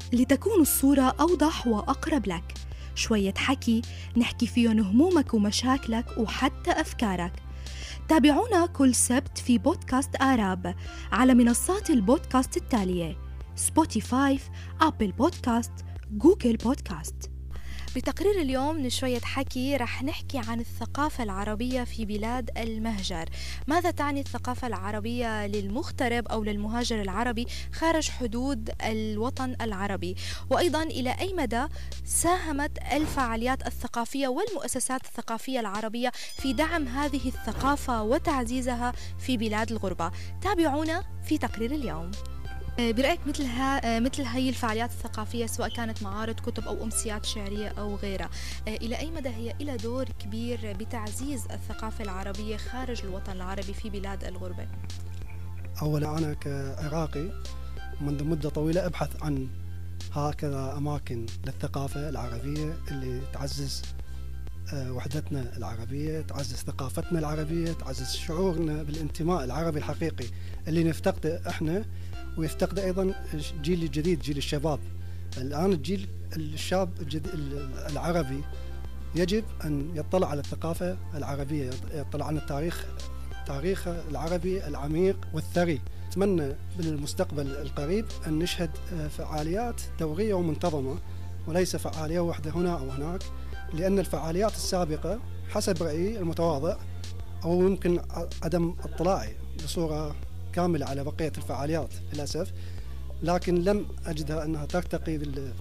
لتكون الصورة أوضح وأقرب لك. شوية حكي نحكي فيهم همومك ومشاكلك وحتى أفكارك. تابعونا كل سبت في بودكاست آراب على منصات البودكاست التالية: سبوتيفاي، أبل بودكاست، جوجل بودكاست. بتقرير اليوم من شوية حكي رح نحكي عن الثقافة العربية في بلاد المهجر. ماذا تعني الثقافة العربية للمغترب أو للمهاجر العربي خارج حدود الوطن العربي؟ وأيضا إلى أي مدى ساهمت الفعاليات الثقافية والمؤسسات الثقافية العربية في دعم هذه الثقافة وتعزيزها في بلاد الغربة؟ تابعونا في تقرير اليوم. برأيك مثل هاي الفعاليات الثقافية، سواء كانت معارض كتب أو أمسيات شعرية أو غيرها، إلى أي مدى هي إلى دور كبير بتعزيز الثقافة العربية خارج الوطن العربي في بلاد الغربة؟ أولا أنا كعراقي منذ مدة طويلة أبحث عن هكذا أماكن للثقافة العربية اللي تعزز وحدتنا العربية، تعزز ثقافتنا العربية، تعزز شعورنا بالانتماء العربي الحقيقي اللي نفتقده إحنا ويفتقده أيضا الجيل الجديد، جيل الشباب. الآن الجيل الشاب العربي يجب أن يطلع على الثقافة العربية، يطلع على التاريخ العربي العميق والثري. أتمنى بالمستقبل القريب أن نشهد فعاليات دورية ومنتظمة وليس فعالية واحدة هنا أو هناك، لأن الفعاليات السابقة حسب رأيي المتواضع أو يمكن عدم اطلاعي بصورة كاملة على بقية الفعاليات للأسف، لكن لم أجدها أنها ترتقي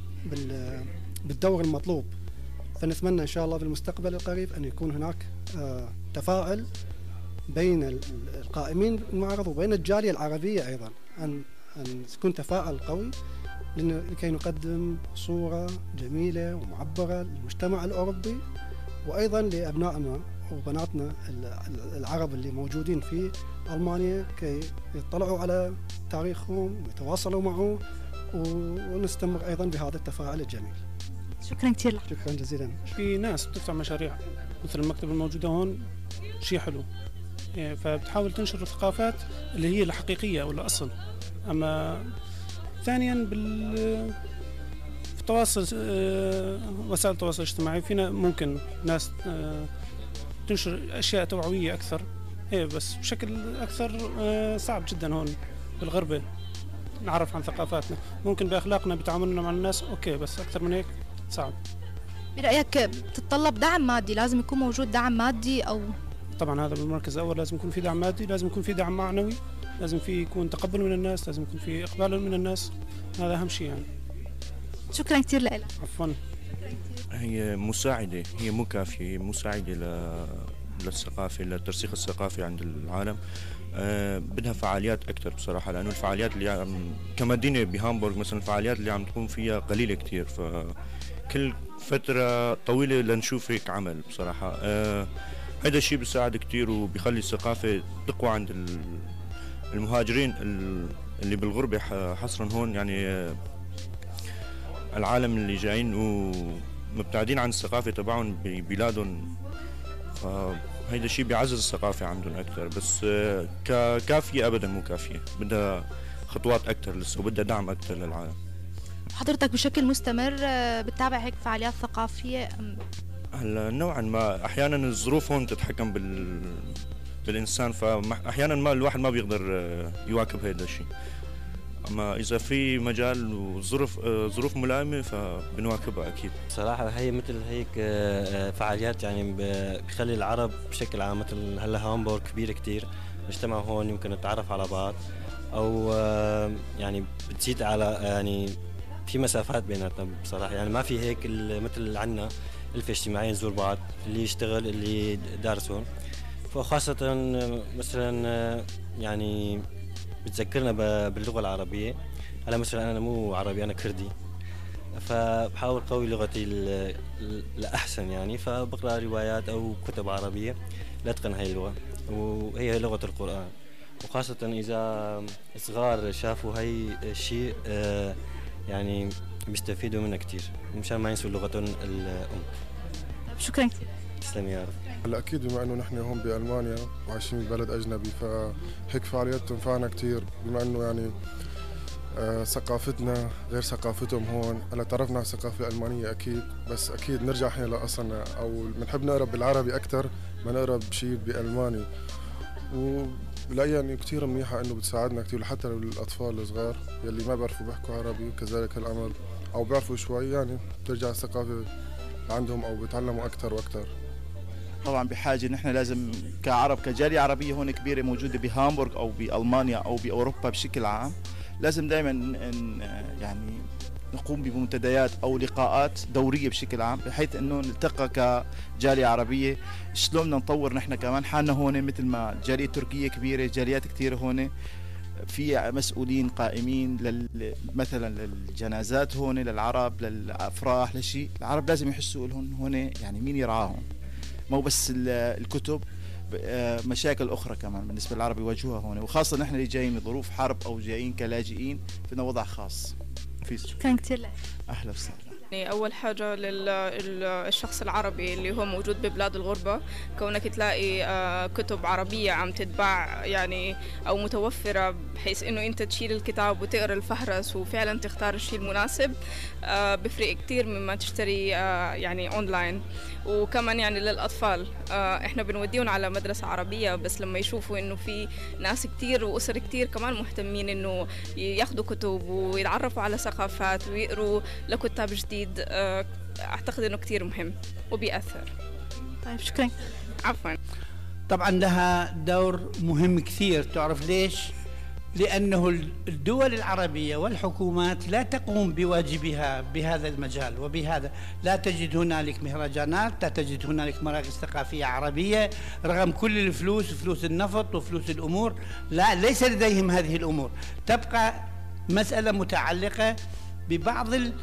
بالدور المطلوب. فنتمنى إن شاء الله بالمستقبل القريب أن يكون هناك تفاعل بين القائمين بالمعرض وبين الجالية العربية أيضا، أن يكون تفاعل قوي لكي نقدم صورة جميلة ومعبرة للمجتمع الأوروبي وأيضا لأبنائنا وبناتنا العرب اللي موجودين في ألمانيا كي يطلعوا على تاريخهم ويتواصلوا معه، ونستمر أيضا بهذا التفاعل الجميل. شكرا كثير لك. شكرا جزيلا. في ناس بتفتح مشاريع مثل المكتب الموجودة هون، شيء حلو، فبتحاول تنشر الثقافات اللي هي الحقيقية ولا أصل. أما ثانيا في التواصل، وسائل التواصل الاجتماعي فينا ممكن ناس تنشر أشياء توعوية أكثر، بس بشكل أكثر صعب جدا هون بالغربة نعرف عن ثقافاتنا. ممكن بأخلاقنا بتعاملنا مع الناس أوكي، بس أكثر من هيك صعب. برأيك بتتطلب دعم مادي؟ لازم يكون موجود دعم مادي أو؟ طبعا هذا بالمركز الأول لازم يكون في دعم مادي، لازم يكون في دعم معنوي، لازم في يكون تقبل من الناس، لازم يكون في إقبال من الناس، هذا أهم شيء يعني. شكرا كثير لك. عفوا. هي مساعدة، هي مو كافية، مساعدة للثقافة، للترسيخ الثقافي عند العالم. بدها فعاليات أكثر بصراحة، لأنه الفعاليات اللي كمدينة بهامبورغ مثلا الفعاليات اللي عم تقوم فيها قليلة كتير، فكل فترة طويلة لنشوف هيك عمل بصراحة. هذا الشيء بيساعد كتير وبيخلي الثقافة تقوى عند المهاجرين اللي بالغربة حصرا هون، يعني العالم اللي جايين ومبتعدين عن الثقافة تبعهم ببلادهم، فهيدا الشيء بيعزز الثقافة عندهم أكثر. بس كافية أبدا مو كافية، بدها خطوات أكثر لسه وبدها دعم أكثر للعالم. حضرتك بشكل مستمر بتتابع هيك فعاليات ثقافية؟ هلا نوعا ما أحيانا الظروف هون تتحكم بالإنسان، فأحيانا ما الواحد ما بيقدر يواكب هذا الشيء، أما إذا في مجال وظروف ملائمة فبنواكبها أكيد. صراحة هي مثل هيك فعاليات يعني بخلي العرب بشكل عام، مثل هلا هامبورغ كبير كتير، اجتمعوا هون يمكن نتعرف على بعض، أو يعني بتزيد على يعني في مسافات بيناتنا بصراحة. يعني ما في هيك مثل عنا ألفة اجتماعية نزور بعض، اللي يشتغل اللي دارسون، فخاصة مثلا يعني بتذكرنا باللغة العربية. أنا مثلا أنا مو عربي، أنا كردي، فبحاول قوي لغتي لأحسن يعني، فبقرأ روايات أو كتب عربية لأتقن هاي اللغة، وهي لغة القرآن. وخاصة إذا صغار شافوا هاي الشيء يعني بيستفيدوا منها كتير مشان ما ينسوا لغتهم الأم. شكرا كثير. تسلمي يا رب. هلا اكيد بما انه نحن هون بالمانيا وعايشين ببلد اجنبي، فهيك فعاليات تنفعنا كثير، بما انه يعني ثقافتنا غير ثقافتهم هون. هلا تعرفنا على الثقافة الألمانية أكيد، بس أكيد نرجع احنا لأصلنا، أو بنحب نقرا بالعربي أكثر ما نقرا بشيء بألماني. وبلاقيها إنه كثير منيحة، إنه بتساعدنا كثير حتى للأطفال الصغار يلي ما بيعرفوا بيحكوا عربي وكذلك الأمر، أو بيعرفوا شوي، يعني بترجع الثقافة عندهم أو بيتعلموا أكثر وأكثر. طبعا بحاجه نحن لازم كعرب، كجاليه عربيه هون كبيره موجوده بهامبورغ او بالمانيا او باوروبا بشكل عام، لازم دائما يعني نقوم بمنتديات او لقاءات دوريه بشكل عام، بحيث انه نلتقى كجاليه عربيه. شلون بدنا نطور نحن كمان حالنا هون، مثل ما الجاليه التركيه كبيره، جاليات كثيره هون، في مسؤولين قائمين مثلا للجنازات هون للعرب، للافراح، لشيء العرب لازم يحسوا لهم هون يعني مين يرعاهم، مو بس الكتب، مشاكل أخرى كمان بالنسبة للعرب يواجهوها هون، وخاصة نحن اللي جايين من ظروف حرب أو جايين كلاجئين فينا وضع خاص. كان كتير أهلا وسهلا. يعني أول حاجة للشخص العربي اللي هو موجود ببلاد الغربة، كونك تلاقي كتب عربية عم تتباع يعني أو متوفرة، بحيث إنه أنت تشيل الكتاب وتقرأ الفهرس وفعلا تختار الشيء المناسب، بفرق كتير مما تشتري يعني أونلاين. وكمان يعني للأطفال إحنا بنوديهم على مدرسة عربية، بس لما يشوفوا إنه في ناس كتير وأسر كتير كمان مهتمين إنه ياخدوا كتب ويتعرفوا على ثقافات ويقروا لكتاب جديد، أعتقد إنه كتير مهم وبيأثر. طيب شكرا. عفوا. طبعا لها دور مهم كثير، تعرف ليش؟ لأنه الدول العربية والحكومات لا تقوم بواجبها بهذا المجال، وبهذا لا تجد هنالك مهرجانات، لا تجد هنالك مراكز ثقافية عربية، رغم كل الفلوس، فلوس النفط وفلوس الأمور، لا ليس لديهم هذه الأمور. تبقى مسألة متعلقة ببعض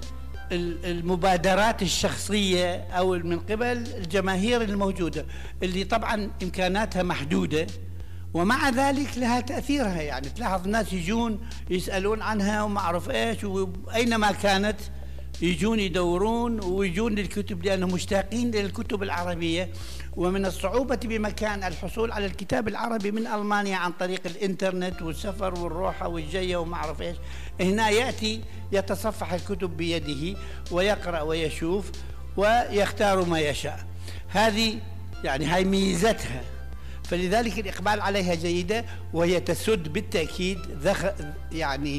المبادرات الشخصية أو من قبل الجماهير الموجودة، اللي طبعا إمكاناتها محدودة، ومع ذلك لها تأثيرها. يعني تلاحظ الناس يجون يسألون عنها وما أعرف إيش، وأينما كانت يجون يدورون ويجون للكتب، لأنهم مشتاقين للكتب العربية. ومن الصعوبة بمكان الحصول على الكتاب العربي من ألمانيا عن طريق الإنترنت والسفر والروحة والجية وما أعرف إيش. هنا يأتي يتصفح الكتب بيده ويقرأ ويشوف ويختار ما يشاء. هذه يعني هاي ميزتها، فلذلك الإقبال عليها جيدة، وهي تسد بالتأكيد يعني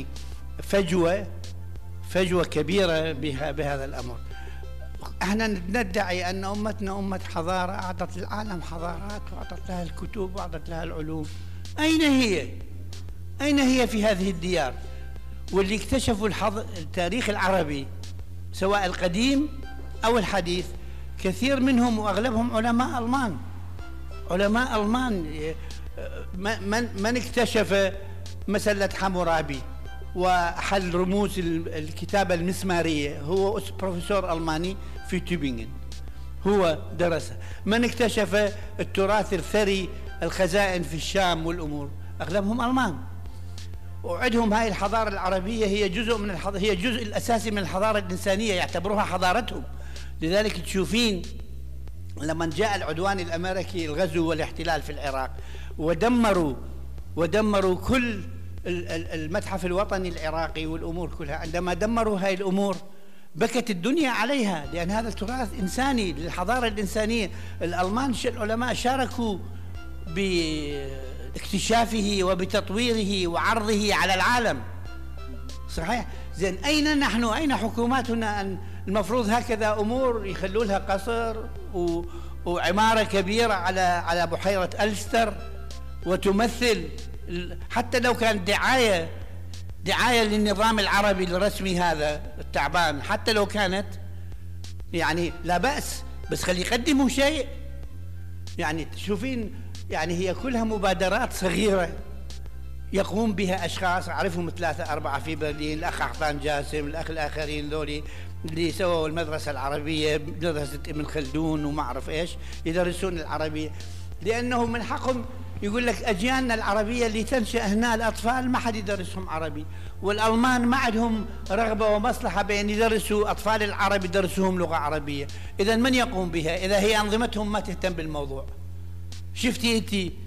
فجوة كبيرة بهذا الأمر. احنا ندعي أن أمتنا أمة حضارة، أعطت للعالم حضارات وأعطت لها الكتب وأعطت لها العلوم. أين هي؟ أين هي في هذه الديار؟ واللي اكتشفوا التاريخ العربي سواء القديم أو الحديث كثير منهم وأغلبهم علماء ألمان. علماء ألمان. من اكتشف مسلة حمورابي وحل رموز الكتابة المسمارية هو بروفيسور ألماني في تübingen، هو درسها. من اكتشف التراث الثري، الخزائن في الشام والأمور، أغلبهم ألمان. وعندهم هاي الحضارة العربية هي جزء من هي الجزء الأساسي من الحضارة الإنسانية، يعتبروها حضارتهم. لذلك تشوفين لما جاء العدوان الأمريكي، الغزو والاحتلال في العراق، ودمروا كل المتحف الوطني العراقي والأمور كلها، عندما دمروا هاي الأمور بكت الدنيا عليها، لأن هذا تراث إنساني للحضارة الإنسانية. الألمان العلماء شاركوا باكتشافه وبتطويره وعرضه على العالم. صحيح؟ زين أين نحن؟ أين حكوماتنا؟ أن المفروض هكذا أمور يخلوا لها قصر وعمارة كبيرة على بحيرة ألستر، وتمثل حتى لو كانت دعاية للنظام العربي الرسمي هذا التعبان، حتى لو كانت يعني لا بأس، بس خلي يقدموا شيء. يعني تشوفين يعني هي كلها مبادرات صغيرة يقوم بها أشخاص أعرفهم 3-4 في برلين، الأخ أحطان جاسم، الأخ الآخرين ذولي اللي سووا المدرسة العربية، مدرسة ابن خلدون وما أعرف إيش، يدرسون العربية، لأنه من حقهم. يقول لك أجيالنا العربية اللي تنشأ هنا الأطفال ما حد يدرسهم عربي، والألمان ما عندهم رغبة ومصلحة بأن يدرسوا أطفال العرب، يدرسوهم لغة عربية. إذا من يقوم بها إذا هي أنظمتهم ما تهتم بالموضوع؟ شفتي أنت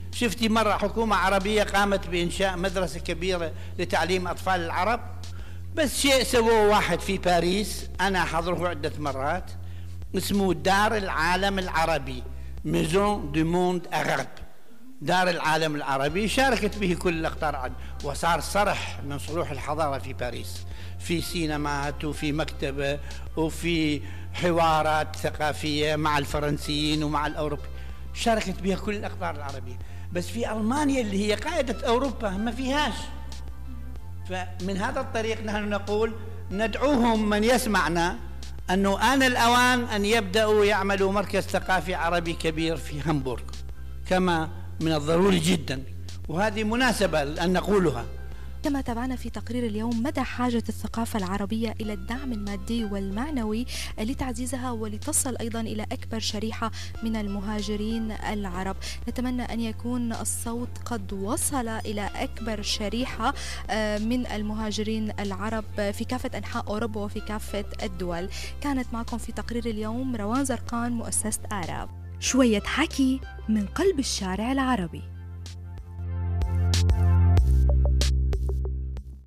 شفتي مرة حكومة عربية قامت بإنشاء مدرسة كبيرة لتعليم أطفال العرب؟ بس شيء سووه واحد في باريس أنا حضره عدة مرات، اسمه دار العالم العربي، ميزون دو موند أغرب، دار العالم العربي، شاركت به كل الأقطار وصار صرح من صروح الحضارة في باريس، في سينمات وفي مكتبة وفي حوارات ثقافية مع الفرنسيين ومع الأوروبيين، شاركت بها كل الأقطار العربية. بس في ألمانيا اللي هي قاعدة أوروبا ما فيهاش. فمن هذا الطريق نحن نقول ندعوهم من يسمعنا أنه آن الأوان أن يبدأوا يعملوا مركز ثقافي عربي كبير في هامبورغ، كما من الضروري جدا، وهذه مناسبة أن نقولها. كما تابعنا في تقرير اليوم مدى حاجة الثقافة العربية إلى الدعم المادي والمعنوي لتعزيزها ولتصل أيضا إلى أكبر شريحة من المهاجرين العرب. نتمنى أن يكون الصوت قد وصل إلى أكبر شريحة من المهاجرين العرب في كافة أنحاء أوروبا وفي كافة الدول. كانت معكم في تقرير اليوم روان زرقان، مؤسسة آراب. شوية حكي من قلب الشارع العربي.